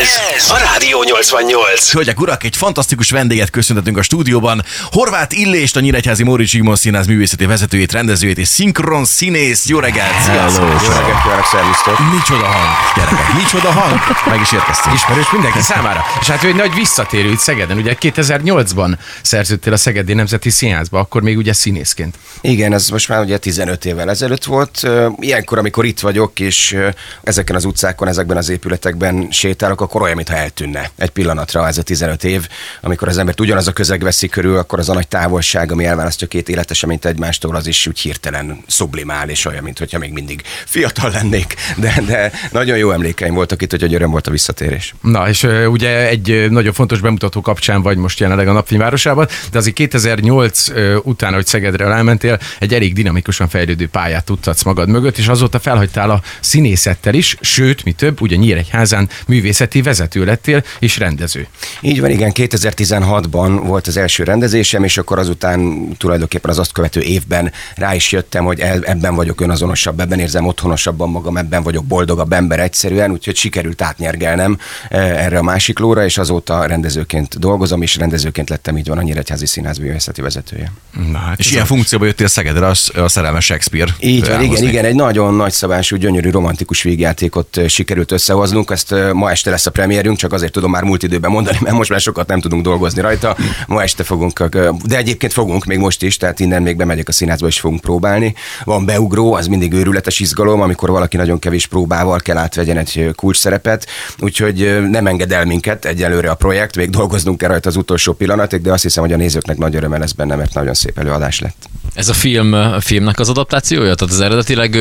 Ez a Rádió 88. Hölgyek, urak, egy fantasztikus vendéget köszöntetünk a stúdióban. Horváth Illést, a Nyíregyházi Móricz Zsigmond Színház művészeti vezetőjét, rendezőjét és szinkron színész. Jó reggelt! Hello, jó reggelt kívánok, szervusztok! Micsoda hang, gyerekek, micsoda hang! Meg is érkeztünk. Ismerős mindenki számára. És hát ő egy nagy visszatérő itt Szegeden. Ugye 2008-ban szerződtél a Szegedi Nemzeti Színházba, akkor még ugye színészként. Igen, ez most már ugye 15 évvel ezelőtt volt. Ilyenkor, amikor itt vagyok, és ezeken az utcákon, ezekben az épületekben sétálok, akkor olyan, mintha eltűnne egy pillanatra ez a 15 év. Amikor az embert ugyanaz a közeg veszi körül, akkor az a nagy távolság, ami elválasztja két életeseményt egymástól, az is úgy hirtelen sublimál, és olyan, mintha még mindig fiatal lennék. De nagyon jó emlékeim voltak itt, hogy öröm volt a visszatérés. Na, és ugye egy nagyon fontos bemutató kapcsán vagy most jelenleg a Napfényvárosában, de azért 2008 után, hogy Szegedre elmentél, egy elég dinamikusan fejlődő pályát tudtatsz magad mögött, és azóta felhagytál a színészettel is, sőt, mi több, ugye Nyíregyházán művészeti vezető lettél és rendező. Így van, igen, 2016-ban volt az első rendezésem, és akkor azután tulajdonképpen az azt követő évben rá is jöttem, hogy ebben vagyok önazonosabb, ebben érzem otthonosabban magam, ebben vagyok boldogabb ember egyszerűen, úgyhogy sikerült átnyergelnem erre a másik lóra, és azóta rendezőként dolgozom, és rendezőként lettem, így van, a Nyíregyházi Színház művészeti vezetője. Na, hát és ilyen funkcióban jöttél Szegedre, a szerelmes Shakespeare. Így van, igen, egy nagyon nagyszabású, gyönyörű, romantikus vígjátékot sikerült összehoznunk. Ezt ma este lesz a premierünk, csak azért tudom már múlt időben mondani, mert most már sokat nem tudunk dolgozni rajta. Ma este fogunk, de egyébként fogunk még most is, tehát innen még bemegyek a színházba, és fogunk próbálni. Van beugró, az mindig őrületes izgalom, amikor valaki nagyon kevés próbával kell átvegyen egy kulcs szerepet, úgyhogy nem enged el minket egyelőre a projekt, még dolgoznunk kell rajta az utolsó pillanatig, de azt hiszem, hogy a nézőknek nagy öröme lesz benne, mert nagyon szép előadás lett. Ez a filmnek az adaptációja? Tehát az eredetileg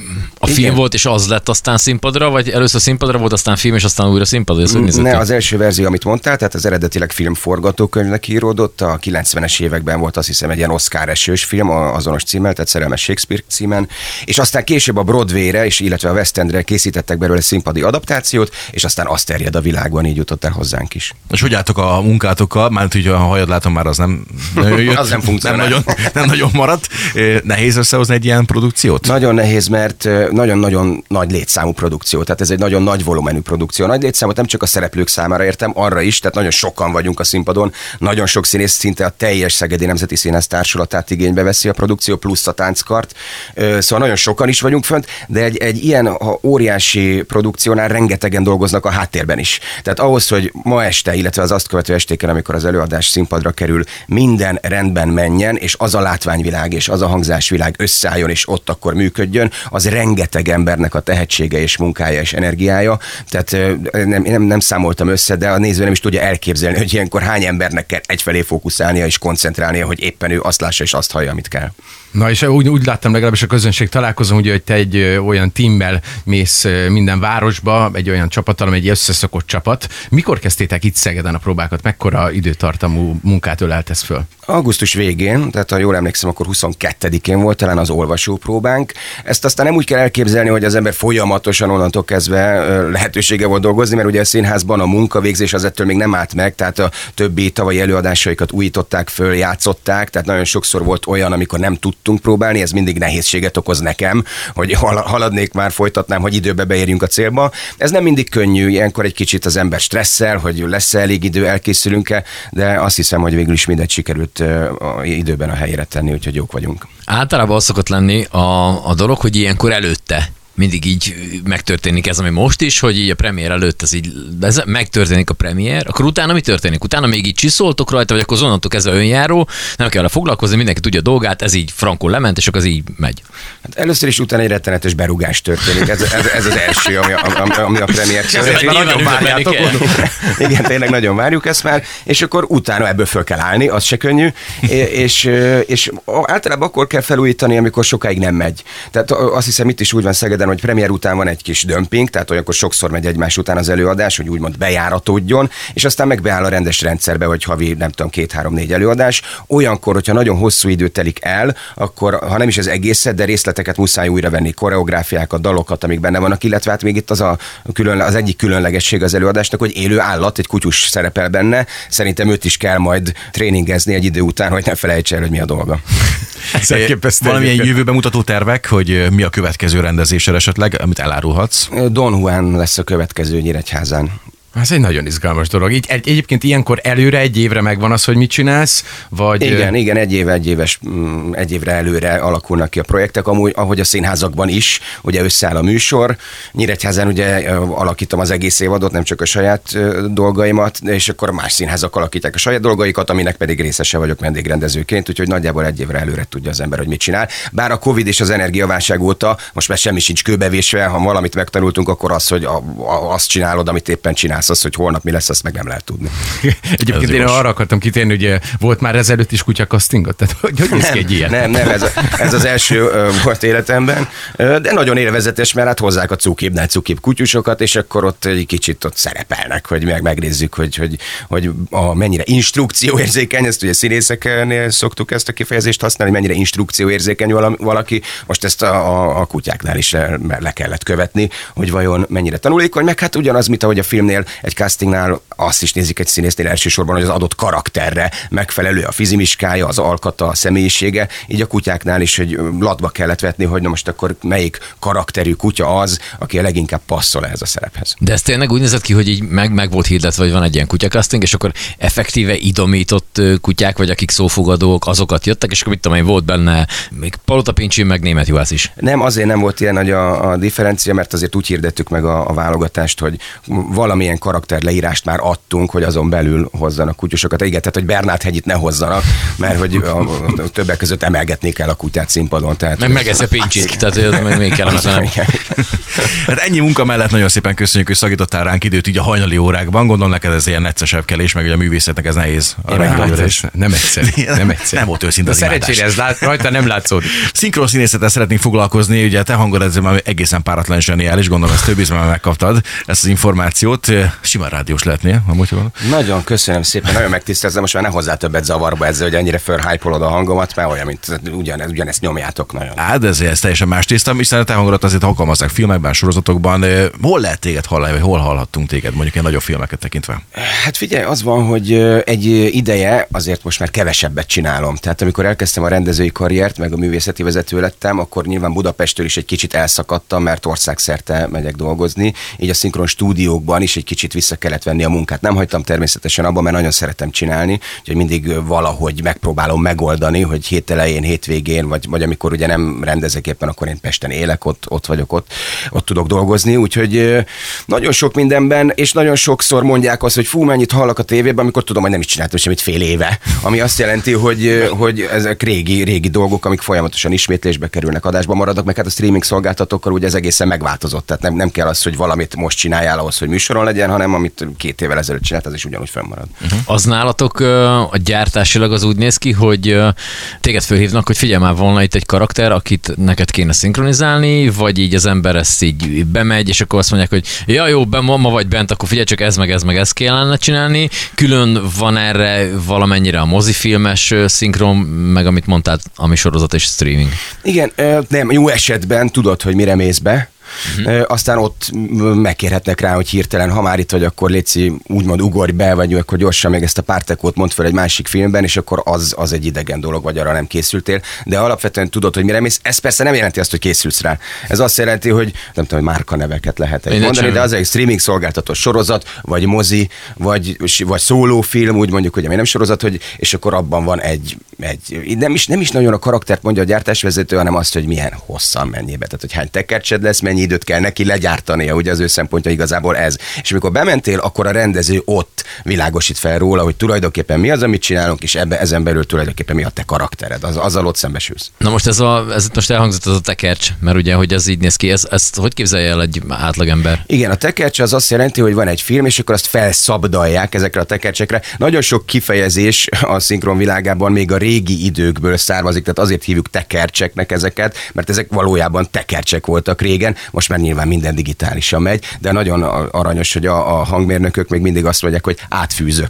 a film volt, és az lett aztán színpadra, vagy először színpadra volt, aztán film, és aztán újra színpadra? Ne, az első verzió, amit mondtál, tehát az eredetileg filmforgatókönyvnek íródott, a 90-es években volt, azt hiszem, egy ilyen Oscar-esős film, azonos címmel, tehát Szerelmes Shakespeare címen, és aztán később a Broadway-re, és illetve a West Endre készítettek belőle színpadi adaptációt, és aztán azt terjed a világban, így jutott el hozzánk is. És hogy álltok a munkátokkal? Mármint, hogy a hajad látom, már az nem jött, az nem funkcionál. Nem nagyon maradt. Nehéz összehozni egy ilyen produkciót? Nagyon nehéz, mert nagyon-nagyon nagy létszámú produkció, tehát ez egy nagyon nagy volumenű produkció. Nagy létszámot nem csak a szereplők számára értem, arra is, tehát nagyon sokan vagyunk a színpadon, nagyon sok színész, szinte a teljes Szegedi Nemzeti Színház társulatát igénybe veszi a produkció, plusz a tánckart, szóval nagyon sokan is vagyunk fönt, de egy ilyen óriási produkciónál rengetegen dolgoznak a háttérben is. Tehát ahhoz, hogy ma este, illetve az azt követő estéken, amikor az előadás színpadra kerül, minden rendben menjen, és az a látványvilág és az a hangzásvilág összeálljon, és ott akkor működjön, az rengeteg embernek a tehetsége és munkája és energiája. Tehát nem számoltam össze, de a néző nem is tudja elképzelni, hogy ilyenkor hány embernek kell egyfelé fókuszálnia és koncentrálnia, hogy éppen ő azt lássa és azt hallja, amit kell. Na és úgy láttam legalábbis a közönség találkozom, ugye, hogy te egy olyan tímmel mész minden városba, egy olyan csapattal, egy összeszokott csapat. Mikor kezdtétek itt Szegeden a próbákat? Mekkora időtartamú munkát öleltesz föl? Augusztus végén, tehát ha jól emlékszem, akkor 22-én volt talán az olvasópróbánk. Ezt aztán nem úgy kell elképzelni, hogy az ember folyamatosan onnantól kezdve lehetősége volt dolgozni, mert ugye a színházban a munkavégzés az ettől még nem állt meg, tehát a többi tavalyi előadásaikat újították föl, játszották, tehát nagyon sokszor volt olyan, amikor nem tudtunk próbálni, ez mindig nehézséget okoz nekem, hogy haladnék már, folytatnám, hogy időbe beérjünk a célba. Ez nem mindig könnyű, ilyenkor egy kicsit az ember stresszel, hogy lesz-e elég idő, elkészülünk-e, de azt hiszem, hogy végül is mindegy sikerült időben a helyére tenni, úgyhogy jók vagyunk. Általában az szokott lenni a dolog, hogy ilyenkor előtte mindig így megtörténik ez, ami most is, hogy így a premier előtt ez megtörténik a premier, akkor utána mi történik? Utána még így csiszoltok rajta, vagy akkor onnantól kezdve önjáró, nem kell foglalkozni, mindenki tudja a dolgát, ez így frankon lement, és akkor az így megy. Hát először is utána egy rettenetes berúgás történik, ez az első, ami a premier. Nagyon várjátok. Igen, tényleg nagyon várjuk ezt már, és akkor utána ebből föl kell állni, az se könnyű, és általában akkor kell felújítani, amikor sokáig nem megy. Tehát azt hiszem, itt is úgy van Szegeden, hogy premier után van egy kis dömping, tehát olyankor sokszor megy egymás után az előadás, hogy úgymond bejáratódjon, és aztán meg beáll a rendes rendszerbe, hogy havi, nem tudom, 2-3-4 előadás. Olyankor, hogyha nagyon hosszú idő telik el, akkor, ha nem is az egészet, de részleteket muszáj újra venni, koreográfiákat, dalokat, amik benne vannak, illetve hát még itt az egyik különlegesség az előadásnak, hogy élő állat, egy kutyus szerepel benne. Szerintem őt is kell majd tréningezni egy idő után, hogy ne felejts el, hogy mi a dolga. Valamilyen jövőben mutató tervek, hogy mi a következő rendezésre esetleg, amit elárulhatsz? Don Juan lesz a következő Nyíregyházán. Ez egy nagyon izgalmas dolog. Így, egyébként ilyenkor előre egy évre megvan az, hogy mit csinálsz, vagy... Igen, egy évre előre alakulnak ki a projektek, amúgy, ahogy a színházakban is, ugye összeáll a műsor. Nyíregyházán ugye alakítom az egész évadot, nem csak a saját dolgaimat, és akkor más színházak alakítják a saját dolgaikat, aminek pedig részese vagyok vendégrendezőként, úgyhogy nagyjából egy évre előre tudja az ember, hogy mit csinál. Bár a Covid és az energiaválság óta most már semmi sincs kőbevésve, ha valamit megtanultunk, akkor az, hogy azt csinálod, amit éppen csinálsz, az, hogy holnap mi lesz, azt meg nem lehet tudni. Egyébként én arra akartam kitérni, hogy volt már ezelőtt is kutyakasztingot? Tehát hogy néz ki egy ilyen? Nem, ez az első volt életemben, de nagyon élvezetes, mert hát hozzák a cukibb kutyusokat, és akkor ott egy kicsit ott szerepelnek, hogy megnézzük, hogy mennyire instrukcióérzékeny, ezt ugye színészeknél szoktuk ezt a kifejezést használni, mennyire instrukcióérzékeny valaki, most ezt a kutyáknál is le kellett követni, hogy vajon mennyire tanulékony, meg hát ugyanaz, mint ahogy a filmnél, egy castingnál azt is nézik egy színésznél elsősorban, hogy az adott karakterre megfelelő a fizimiskája, az alkata, a személyisége, így a kutyáknál is, hogy latba kellett vetni, hogy na most akkor melyik karakterű kutya az, aki a leginkább passzol ehhez a szerephez. De ez tényleg úgy nézett ki, hogy így meg volt hirdetve, hogy van egy ilyen kutyakaszting, és akkor effektíve idomított kutyák, vagy akik szófogadók, azokat jöttek, és akkor mit tudom én, volt benne még Palota Pincsi, meg Németh Juhász is. Nem, azért nem volt ilyen nagy a differencia, mert azért úgy hirdettük meg a válogatást, hogy valamilyen karakterleírást már adtunk, hogy azon belül hozzanak kutyusokat. Igen, tehát, hogy Bernát-hegyit ne hozzanak, mert hogy többek között emelgetnék el a kutyát színpadon. Tehát Megesze Pincsit, tehát még kellemetlen. Hát ennyi munka mellett nagyon szépen köszönjük, hogy szakítottál ránk időt így a hajnali órákban. Gondolom neked ez ilyen neccesebb kelés, meg ugye a művészetnek ez nehéz. Nem egyszer. Nem volt őszinte az szerencsére ez rajta nem látszódik. Szinkron színészettel szeretnénk foglalkozni, ugye te hangod ezzel már egészen páratlan zseniális, gondolom ezt több ízben megkaptad ezt az információt. Simán rádiós lehetnél, amúgy van. Nagyon köszönöm szépen, nagyon megtisztelzem, most már ne hozzá többet zavarba ezzel, hogy ennyire fölhypolod a hangomat, mert olyan, mint ugyanezt nyomjátok nagyon. Hát ez teljesen más tészta, hiszen a te hangodat azért alkalmazzák filmekben, sorozatokban. Hol lehet téged hallani, vagy hol hallhattunk téged, mondjuk ilyen nagyobb filmeket tekintve? Hát figyelj, az van, hogy egy ideje azért most már kevesebbet csinálom. Tehát amikor elkezdtem a rendezői karriert, meg a művészeti vezető lettem, akkor nyilván Budapesttől is egy kicsit elszakadtam, mert országszerte megyek dolgozni. Így a szinkron stúdiókban is egy kicsit vissza kellett venni a munkát. Nem hagytam természetesen abban, mert nagyon szeretem csinálni, úgyhogy mindig valahogy megpróbálom megoldani, hogy hét elején, hétvégén, vagy amikor ugye nem rendezek éppen, akkor én Pesten élek, ott vagyok, ott tudok dolgozni, úgyhogy nagyon sok mindenben, és nagyon sokszor mondják azt, hogy fú, mennyit hallak a tévében, amikor tudom, hogy nem is csináltam semmit fél éve, ami azt jelenti, hogy ezek régi dolgok, amik folyamatosan ismétlésbe kerülnek, adásba maradnak, meg hát a streaming szolgáltatókkal ugye ez egészen megváltozott, tehát nem kell az, hogy valamit most csináljál ahhoz, hogy műsoron legyen, hanem amit 2 évvel ezelőtt csinált, az is ugyanúgy fönnmarad. Az nálatok a gyártásilag az úgy néz ki, hogy téged fölhívnak, hogy figyelj már, volna itt egy karakter, akit neked kéne szinkronizálni, vagy így az ember ezt így bemegy, és akkor azt mondják, hogy ja jó, ma vagy bent, akkor figyelj csak ez meg ez kellene csinálni. Külön van erre valamennyire a mozifilmes szinkron, meg amit mondtál, ami sorozat és streaming. Igen, nem, jó esetben tudod, hogy mire mész be. Aztán ott megkérhetnek rá, hogy hirtelen, ha már itt vagy, akkor létszi, úgymond ugorj be, vagy akkor gyorsan még ezt a pártekót mondd fel egy másik filmben, és akkor az egy idegen dolog, vagy arra nem készültél. De alapvetően tudod, hogy mire mész. Ez persze nem jelenti azt, hogy készülsz rá. Ez azt jelenti, hogy nem tudom, hogy márkaneveket lehet mondani, de az egy streaming szolgáltató sorozat, vagy mozi, vagy szólófilm, úgy mondjuk, hogy ami nem sorozat, hogy, és akkor abban van egy nem is nagyon a karaktert mondja a gyártásvezető, hanem azt, hogy milyen hosszan mennyibe. Tehát, hogy hány tekercsed lesz, mennyi időt kell neki legyártania, ugye az ő szempontja igazából ez. És amikor bementél, akkor a rendező ott világosít fel róla, hogy tulajdonképpen mi az, amit csinálunk, és ezen belül tulajdonképpen mi a te karaktered. Azzal ott szembesülsz. Na most ez most elhangzott az a tekercs, mert ugye, hogy ez így néz ki, ezt hogy képzelje el egy átlagember? Igen, a tekercs az azt jelenti, hogy van egy film, és akkor azt felszabdalják ezekre a tekercsekre. Nagyon sok kifejezés a szinkron világában még a régi időkből származik, tehát azért hívjuk tekercseknek ezeket, mert ezek valójában tekercsek voltak régen. Most már nyilván minden digitálisan megy, de nagyon aranyos, hogy a hangmérnökök még mindig azt mondják, hogy átfűzök.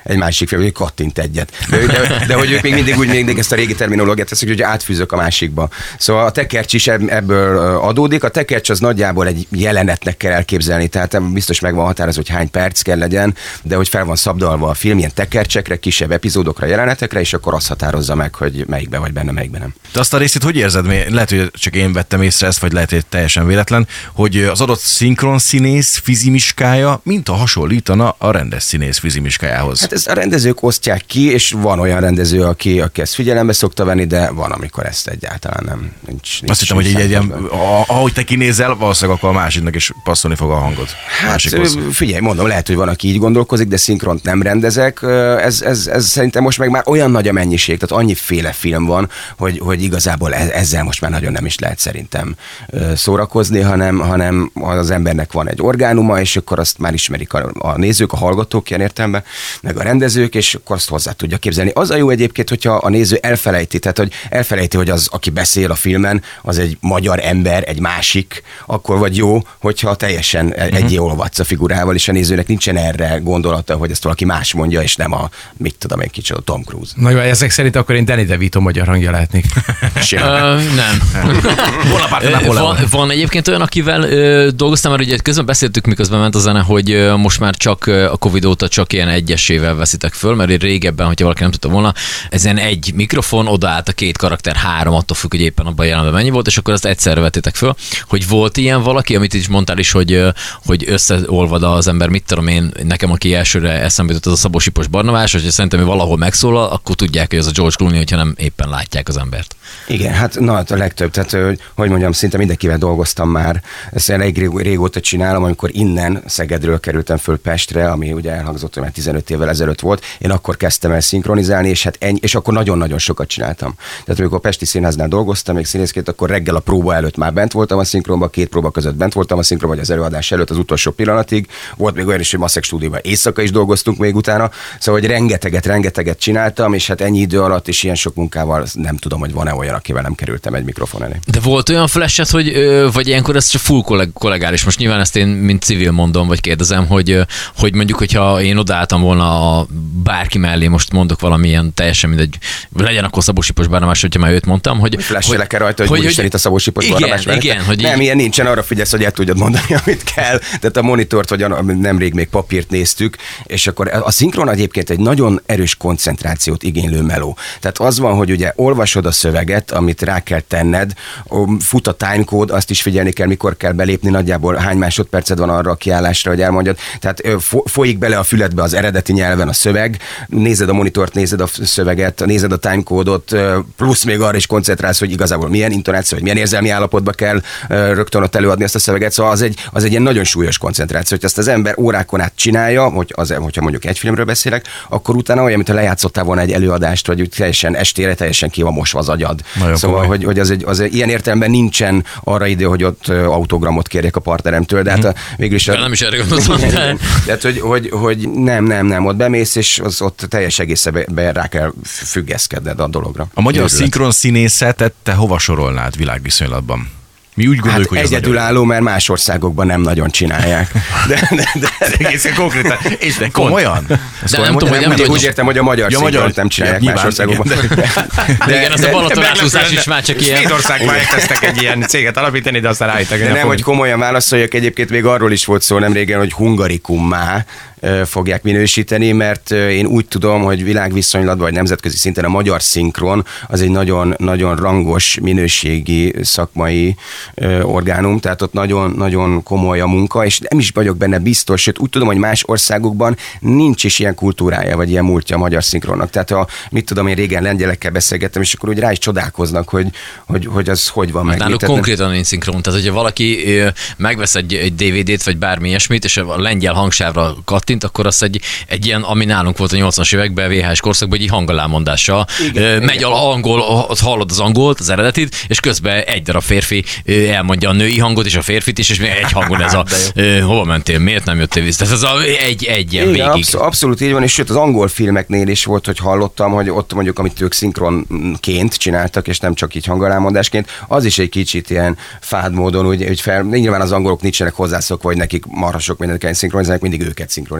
egy másik film, hogy kattint egyet. De hogy ők még mindig ezt a régi terminológiát teszik, hogy átfűzök a másikba. Szóval a tekercs is ebből adódik. A tekercs az nagyjából egy jelenetnek kell elképzelni, tehát biztos meg van határozva, hogy hány perc kell legyen, de hogy fel van szabdalva a film ilyen tekercsekre, kisebb epizódokra, jelenetekre, és akkor azt határozza meg, hogy melyikben vagy benne, melyikben nem. De azt a részét hogy érzed? Lehet, hogy csak én vettem észre ezt, vagy lehet, hogy teljesen véletlen, hogy az adott szinkron színész fizimiskája mintha hasonlítana a rendes színész fizimiskájához. Hát ezt a rendezők osztják ki, és van olyan rendező, aki ezt figyelembe szokta venni, de van, amikor ezt egyáltalán nem. Nincs azt hittem, hogy egy ilyen, ahogy te kinézel, valószínűleg akkor a másiknak is passzolni fog a hangod. Hát figyelj, mondom, lehet, hogy van, aki így gondolkozik, de szinkront nem rendezek. Ez szerintem most meg már olyan nagy a mennyiség, tehát annyiféle film van, hogy igazából ezzel most már nagyon nem is lehet szerintem szórakozni, hanem az embernek van egy orgánuma, és akkor azt már ismerik a nézők, a hallgatók ilyen értelemben, meg a rendezők, és akkor azt hozzá tudja képzelni. Az a jó egyébként, hogyha a néző elfelejti, tehát hogy elfelejti, hogy az, aki beszél a filmen, az egy magyar ember, egy másik, akkor vagy jó, hogyha teljesen egyé olvadsz a figurával, és a nézőnek nincsen erre gondolata, hogy ezt valaki más mondja, és nem a, mit tudom én, kicsit Tom Cruise. Na jó, ezek szerint akkor én Danny DeVito magyar hangja lehetnék. Nem. Van egyébként olyan, akivel dolgoztam, mert ugye közben beszéltük, miközben ment a zene, hogy most már csak a Covid óta csak ilyen egyesével veszitek föl, mert régebben, hogyha valaki nem tudta volna, ezen egy mikrofon, odaállt a két karakter, 3, attól függ, hogy éppen abban a jelenben mennyi volt, és akkor azt egyszerre vettétek föl. Hogy volt ilyen valaki, amit is mondtál is, hogy összeolvad az ember, mit tudom én, nekem, aki elsőre eszembe jutott, az a Szabó Sipos Barnabás, hogy szerintem, hogy valahol megszólal, akkor tudják, hogy ez a George Clooney, hogyha nem éppen látják az embert. Igen, hát a legtöbb, tehát hogy mondjam, szinte mindenkivel dolgoztam már, ezt elég régóta csinálom, amikor innen Szegedről kerültem föl Pestre, ami ugye elhangzott, hogy már 15 évvel ezelőtt volt, én akkor kezdtem el szinkronizálni, és hát és akkor nagyon-nagyon sokat csináltam. Tehát amikor a Pesti Színháznál dolgoztam, még színészként, akkor reggel a próba előtt már bent voltam a szinkronban, 2 próba között bent voltam a szinkronban, vagy az előadás előtt az utolsó pillanatig. Volt még olyan is, hogy Maszek stúdióban éjszaka is dolgoztunk még utána, szóval hogy rengeteget csináltam, és hát ennyi idő alatt és ilyen sok munkával nem tudom, hogy van-e olyan, akivel nem kerültem egy mikrofon elé. De volt olyan flash-et, hogy vagy ilyenkor ez csak full kollegális. Most nyilván ezt én, mint civil mondom, vagy kérdezem, hogy mondjuk, hogyha én odaálltam volna a bárki mellé, most mondok valamilyen teljesen mindegy, legyen akkor Szabó Sipos Barnabás, hogyha már őt mondtam, hogy flash-elek rajta, hogy úristen itt a Szabó Sipos Barnabás. Igen, hogy nem, ilyen nincsen, arra figyelsz, hogy el tudjad mondani, amit kell. Tehát a monitort, vagy nemrég még papírt néztük, és akkor a szinkron egyébként egy nagyon erős koncentrációt igénylő meló. Tehát az van, hogy ugye olvasod a szöveget, amit rá kell tenned, fut a timecode, azt is figyelni kell, mikor kell belépni, nagyjából hány másodperced van arra a kiállásra, hogy elmondjad. Tehát folyik bele a füledbe az eredeti nyelven a szöveg, nézed a monitort, nézed a szöveget, nézed a timecode-ot, plusz még arra is koncentrálsz, hogy igazából milyen intonáció, hogy milyen érzelmi állapotba kell rögtön ott előadni ezt a szöveget. Szóval az egy ilyen nagyon súlyos koncentráció, hogy ezt az ember órákon át csinálja, hogyha mondjuk egy filmről beszélek, akkor utána olyan, mintha lejátszottál volna egy előadást, vagy úgy teljesen estére teljesen ki van mosva az agyad. Nagyon szóval, hogy az ilyen értelemben nincsen arra idő, hogy ott autogramot kérjek a partneremtől, de hát végül is... Nem is erre gondoltam. Tehát, hogy nem, ott bemész, és ott teljes egészben rá kell függeszkedned a dologra. A magyar szinkron színészetet te hova sorolnád világviszonylatban? Mi úgy gondoljuk, hogy egyedülálló, mert más országokban nem nagyon csinálják. De egészen konkrétan. És de komolyan? De nem tudom, hogy úgy értem, hogy a magyar szinkront nem csinálják más országokban. De igen, az a Balaton átúszás is már csak ilyen. Svédországban elkezdtek egy ilyen céget alapítani, de aztán rájöttek. De nem, hogy komolyan válaszoljak, egyébként még arról is volt szó nemrégen, hogy hungarikummá fogják minősíteni, mert én úgy tudom, hogy világviszonylatban vagy nemzetközi szinten a magyar szinkron az egy nagyon, nagyon rangos, minőségi szakmai orgánum, tehát ott nagyon, nagyon komoly a munka, és nem is vagyok benne biztos, sőt úgy tudom, hogy más országokban nincs is ilyen kultúrája, vagy ilyen múltja a magyar szinkronnak. Tehát mit tudom, én régen lengyelekkel beszélgettem, és akkor úgy rá is csodálkoznak, hogy az hogy van meg. Náluk konkrétan nincs szinkron. Tehát, hogyha valaki megvesz egy DVD-t, vagy bármi ilyesmit, és a lengyel hangsávra kattint, akkor az egy ilyen, ami nálunk volt a 80-as években, VHS korszakban, egy hangolámondással. Megy az angol, hallod az angolt, az eredetit, és közben egy darab férfi elmondja a női hangot és a férfit is, és egy hangon ez a hova mentél, miért nem jöttél vissza? Tehát ez egy ilyen végig. Abszolút így van, és sőt az angol filmeknél is volt, hogy hallottam, hogy ott mondjuk, amit ők szinkronként csináltak, és nem csak így hangolámondásként, az is egy kicsit ilyen fád módon, úgy nyilván az angolok nincsenek hozzászokva, hogy nekik marha sok mindent kell szinkronizálni, mindig őket szinkronizálni.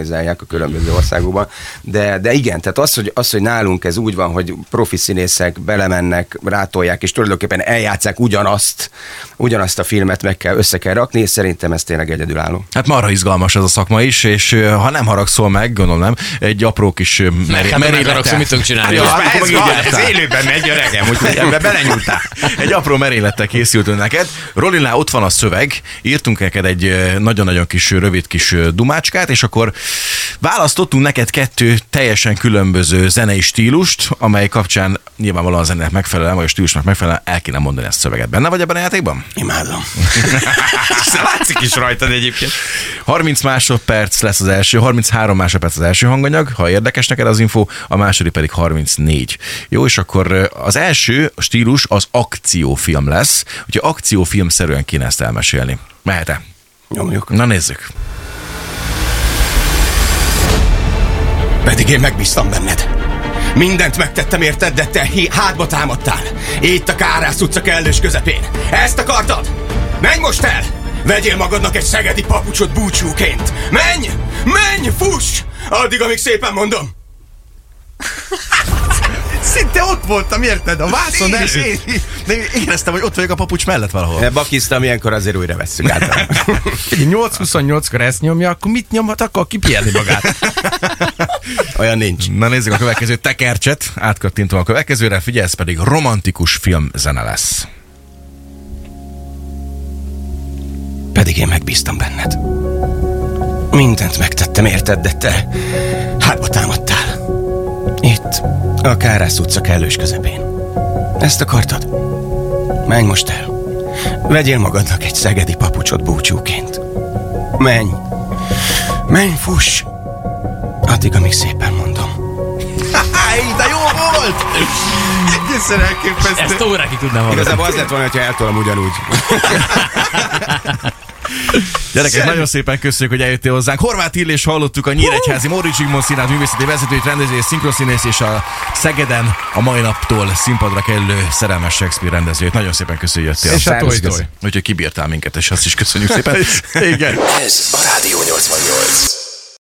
szinkronizálják a különböző országokban. De igen, tehát az, hogy nálunk ez úgy van, hogy profi színészek belemennek, rátolják, és tulajdonképpen eljátszák ugyanazt a filmet össze kell rakni, és szerintem ez tényleg egyedülálló. Hát marha izgalmas ez a szakma is, és ha nem haragszol meg, gondolom nem, egy apró kis merénylettel. Mit tudunk csinálni? Ez élőben megy a regem, úgyhogy ebbe belenyúltál. Egy apró merénylettel készültünk neked. Rolinál ott van a szöveg, írtunk neked egy nagyon-nagyon kis, rövid kis dumácskát, és akkor választottunk neked 2 teljesen különböző zenei stílust, amely kapcsán nyilvánvalóan a zenének megfelelően, vagy a stílusnak megfelelően el kéne mondani ezt a szöveget. Benne vagy ebben a játékban? Imádom. Látszik is rajtad egyébként. 30 másodperc lesz az első, 33 másodperc az első hanganyag, ha érdekes neked az info, a második pedig 34. Jó, és akkor az első stílus az akciófilm lesz, úgyhogy akciófilmszerűen kéne ezt elmesélni. Mehet-e? Nyomjuk. Na nézzük. Pedig én megbíztam benned. Mindent megtettem érted, de te hátba támadtál. Itt a Kárász utca kellős közepén. Ezt akartad? Menj most el! Vegyél magadnak egy szegedi papucsot búcsúként. Menj! Menj! Fuss! Addig, amíg szépen mondom. Szinte ott voltam, érted? A vászon de éreztem, hogy ott vagyok a papucs mellett valahol. Bakiztam, ilyenkor azért újra vesszük át. 8-28-kor ezt nyomja, akkor mit nyomhat, akkor kipihenni magát. Olyan nincs. Na nézzük a következő tekercset, átkattintom a következőre, figyelj, ez pedig romantikus filmzene lesz. Pedig én megbíztam benned. Mindent megtettem érted, de te hátba támadtál. Itt, a Kárász utca kellős közepén. Ezt akartad? Menj most el. Vegyél magadnak egy szegedi papucsot búcsúként. Menj. Menj, fuss. Addig, amíg szépen mondom. De jó volt! Egészen elképesztő. Ezt órákig tudnám hallani. Igazából az lett volna, hogyha eltolom ugyanúgy. Gyerekek, nagyon szépen köszönjük, hogy eljöttél hozzánk. Horváth Illés hallottuk, a Nyíregyházi Móricz Zsigmond Színház művészeti vezetőjét, rendezőjét, szinkronszínész, és a Szegeden a mai naptól színpadra kerülő Szerelmes Shakespeare rendezőjét. Nagyon szépen köszönjük, hogy jöttél. És a toj. Úgyhogy kibírtál minket, és azt is köszönjük szépen. Igen. Ez a Rádió 88.